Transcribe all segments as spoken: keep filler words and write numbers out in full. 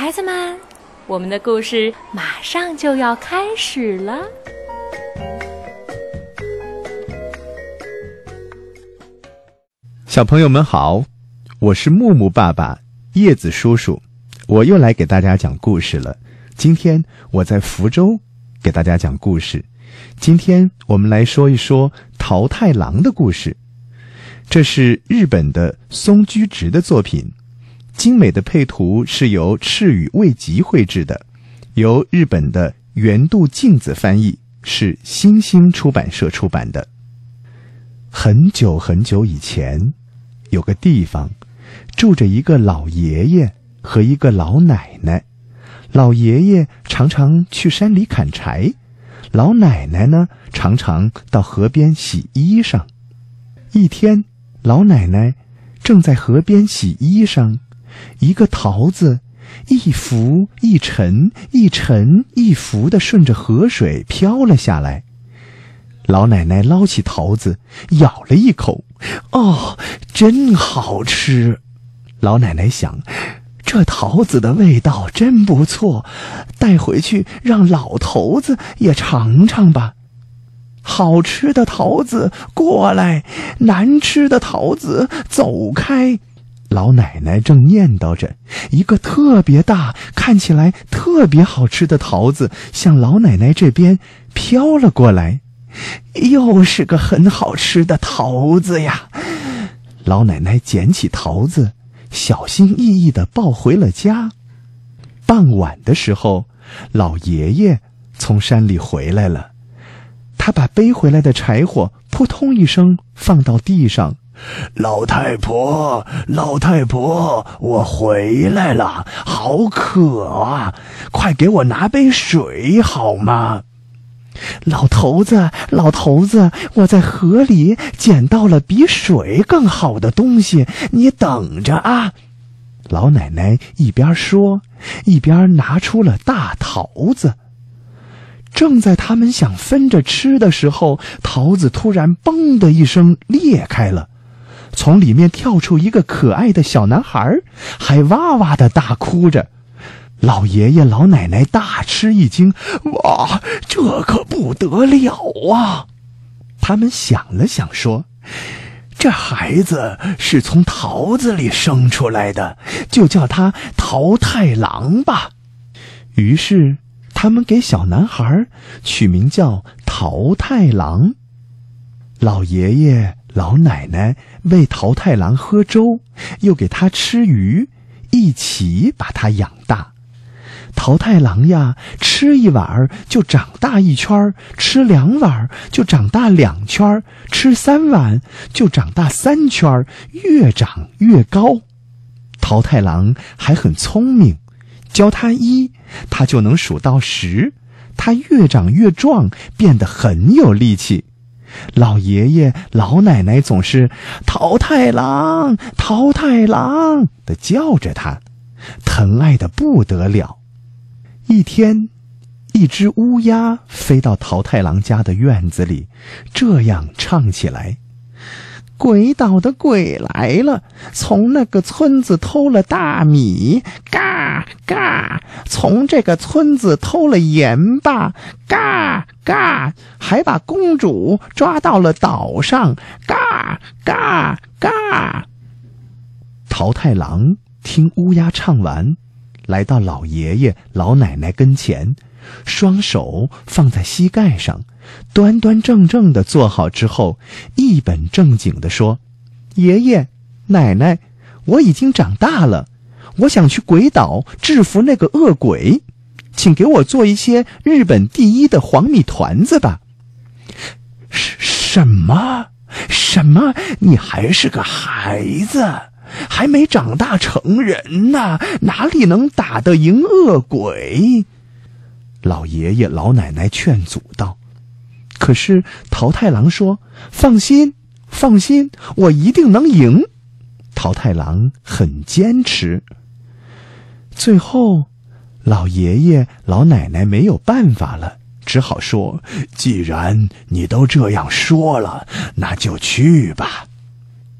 孩子们，我们的故事马上就要开始了。 小朋友们好，我是木木爸爸，叶子叔叔，我又来给大家讲故事了。今天我在福州给大家讲故事。今天我们来说一说桃太郎的故事。这是日本的松居直的作品，精美的配图是由赤羽未吉绘制的，由日本的原渡镜子翻译，是新兴出版社出版的。很久很久以前，有个地方住着一个老爷爷和一个老奶奶。老爷爷常常去山里砍柴，老奶奶呢常常到河边洗衣裳。一天，老奶奶正在河边洗衣裳，一个桃子一浮一沉一沉一浮地顺着河水飘了下来。老奶奶捞起桃子，咬了一口，哦，真好吃。老奶奶想，这桃子的味道真不错，带回去让老头子也尝尝吧。好吃的桃子过来，难吃的桃子走开。老奶奶正念叨着，一个特别大，看起来特别好吃的桃子向老奶奶这边飘了过来。又是个很好吃的桃子呀！老奶奶捡起桃子，小心翼翼地抱回了家。傍晚的时候，老爷爷从山里回来了，他把背回来的柴火扑通一声放到地上。老太婆，老太婆，我回来了，好渴啊，快给我拿杯水好吗？老头子，老头子，我在河里捡到了比水更好的东西，你等着啊！老奶奶一边说，一边拿出了大桃子。正在他们想分着吃的时候，桃子突然嘣的一声裂开了，从里面跳出一个可爱的小男孩，还哇哇的大哭着。老爷爷老奶奶大吃一惊，哇，这可不得了啊！他们想了想说，这孩子是从桃子里生出来的，就叫他桃太郎吧。于是他们给小男孩取名叫桃太郎。老爷爷老奶奶喂桃太郎喝粥，又给他吃鱼，一起把他养大。桃太郎呀，吃一碗就长大一圈，吃两碗就长大两圈，吃三碗就长大三圈，越长越高。桃太郎还很聪明，教他一，他就能数到十，他越长越壮，变得很有力气。老爷爷老奶奶总是桃太郎桃太郎地叫着他，疼爱得不得了。一天，一只乌鸦飞到桃太郎家的院子里，这样唱起来：鬼岛的鬼来了，从那个村子偷了大米，嘎嘎，从这个村子偷了盐巴，嘎嘎，还把公主抓到了岛上，嘎嘎嘎。桃太郎听乌鸦唱完，来到老爷爷老奶奶跟前，双手放在膝盖上，端端正正地坐好之后，一本正经地说：爷爷奶奶，我已经长大了，我想去鬼岛制服那个恶鬼，请给我做一些日本第一的黄米团子吧。什么什么？你还是个孩子，还没长大成人呢，哪里能打得赢恶鬼？老爷爷老奶奶劝阻道。可是桃太郎说：放心放心，我一定能赢。桃太郎很坚持。最后老爷爷老奶奶没有办法了，只好说：既然你都这样说了，那就去吧。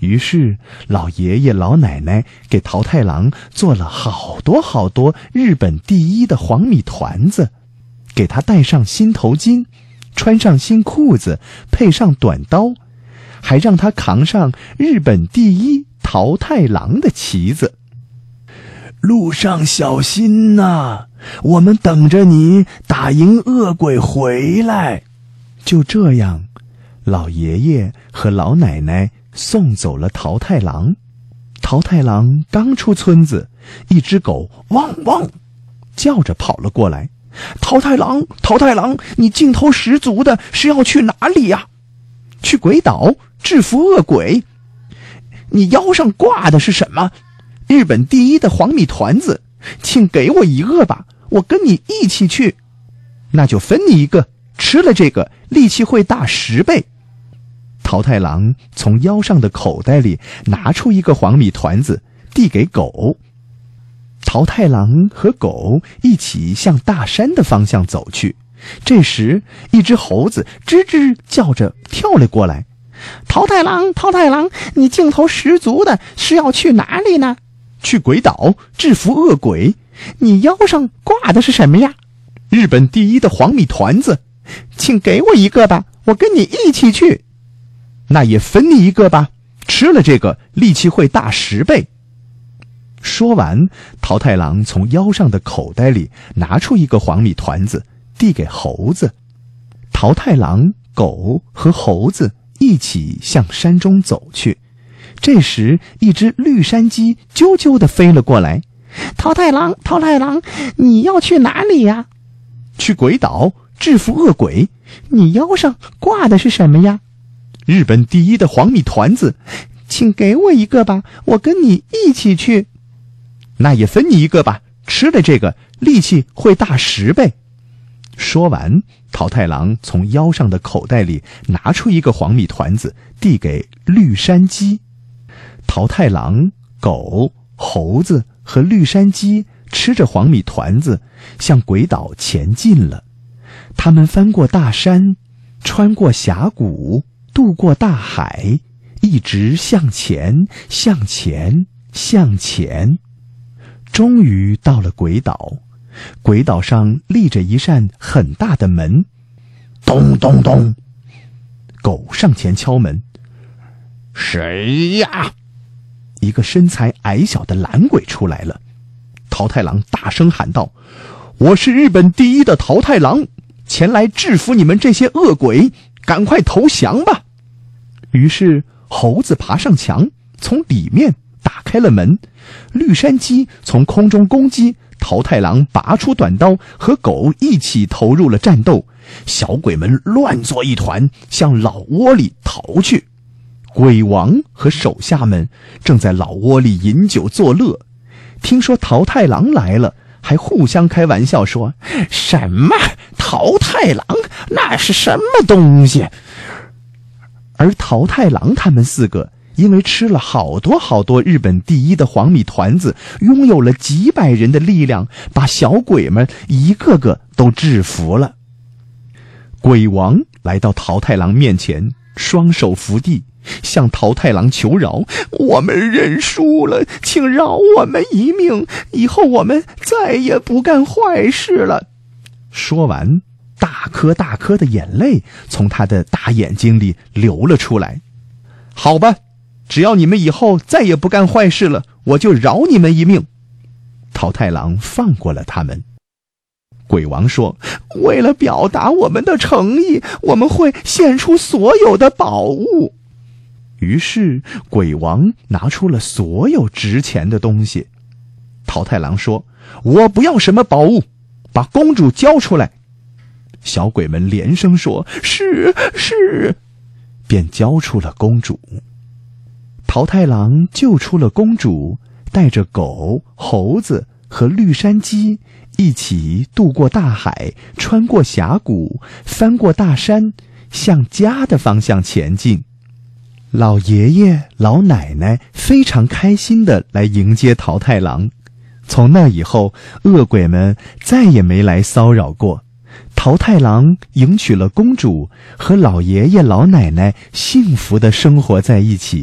于是老爷爷老奶奶给桃太郎做了好多好多日本第一的黄米团子，给他戴上新头巾，穿上新裤子，配上短刀，还让他扛上日本第一桃太郎的旗子。路上小心呐，我们等着你打赢恶鬼回来。就这样，老爷爷和老奶奶送走了桃太郎。桃太郎刚出村子，一只狗汪汪叫着跑了过来。桃太郎，桃太郎，你劲头十足的是要去哪里呀？去鬼岛制服恶鬼。你腰上挂的是什么？日本第一的黄米团子，请给我一个吧，我跟你一起去。那就分你一个，吃了这个力气会大十倍。桃太郎从腰上的口袋里拿出一个黄米团子，递给狗。桃太郎和狗一起向大山的方向走去。这时，一只猴子吱吱叫着跳了过来。桃太郎，桃太郎，你劲头十足的是要去哪里呢？去鬼岛制服恶鬼。你腰上挂的是什么呀？日本第一的黄米团子，请给我一个吧，我跟你一起去。那也分你一个吧，吃了这个力气会大十倍。说完，桃太郎从腰上的口袋里拿出一个黄米团子，递给猴子。桃太郎、狗和猴子一起向山中走去。这时，一只绿山鸡啾啾地飞了过来。桃太郎，桃太郎，你要去哪里呀？去鬼岛制服恶鬼。你腰上挂的是什么呀？日本第一的黄米团子，请给我一个吧，我跟你一起去。那也分你一个吧，吃了这个力气会大十倍。说完，桃太郎从腰上的口袋里拿出一个黄米团子，递给绿山鸡。桃太郎、狗、猴子和绿山鸡吃着黄米团子，向鬼岛前进了。他们翻过大山，穿过峡谷，渡过大海，一直向前，向前，向前。终于到了鬼岛。鬼岛上立着一扇很大的门，咚咚咚，狗上前敲门。谁呀？一个身材矮小的懒鬼出来了。桃太郎大声喊道：我是日本第一的桃太郎，前来制服你们这些恶鬼，赶快投降吧。于是猴子爬上墙，从里面打开了门。绿山鸡从空中攻击，桃太郎拔出短刀，和狗一起投入了战斗。小鬼们乱作一团，向老窝里逃去。鬼王和手下们正在老窝里饮酒作乐，听说桃太郎来了，还互相开玩笑说：什么桃太郎，那是什么东西？而桃太郎他们四个因为吃了好多好多日本第一的黄米团子，拥有了几百人的力量，把小鬼们一个个都制服了。鬼王来到桃太郎面前，双手扶地，向桃太郎求饶：我们认输了，请饶我们一命，以后我们再也不干坏事了。说完，大颗大颗的眼泪从他的大眼睛里流了出来。好吧，只要你们以后再也不干坏事了，我就饶你们一命。桃太郎放过了他们。鬼王说：为了表达我们的诚意，我们会献出所有的宝物。于是鬼王拿出了所有值钱的东西。桃太郎说：我不要什么宝物，把公主交出来。小鬼们连声说：是是，便交出了公主。桃太郎救出了公主，带着狗、猴子和绿山鸡一起渡过大海，穿过峡谷，翻过大山，向家的方向前进。老爷爷老奶奶非常开心地来迎接桃太郎。从那以后，恶鬼们再也没来骚扰过。桃太郎迎娶了公主，和老爷爷老奶奶幸福地生活在一起。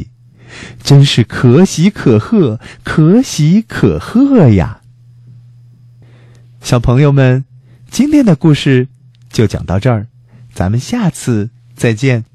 真是可喜可贺，可喜可贺呀！小朋友们，今天的故事就讲到这儿，咱们下次再见。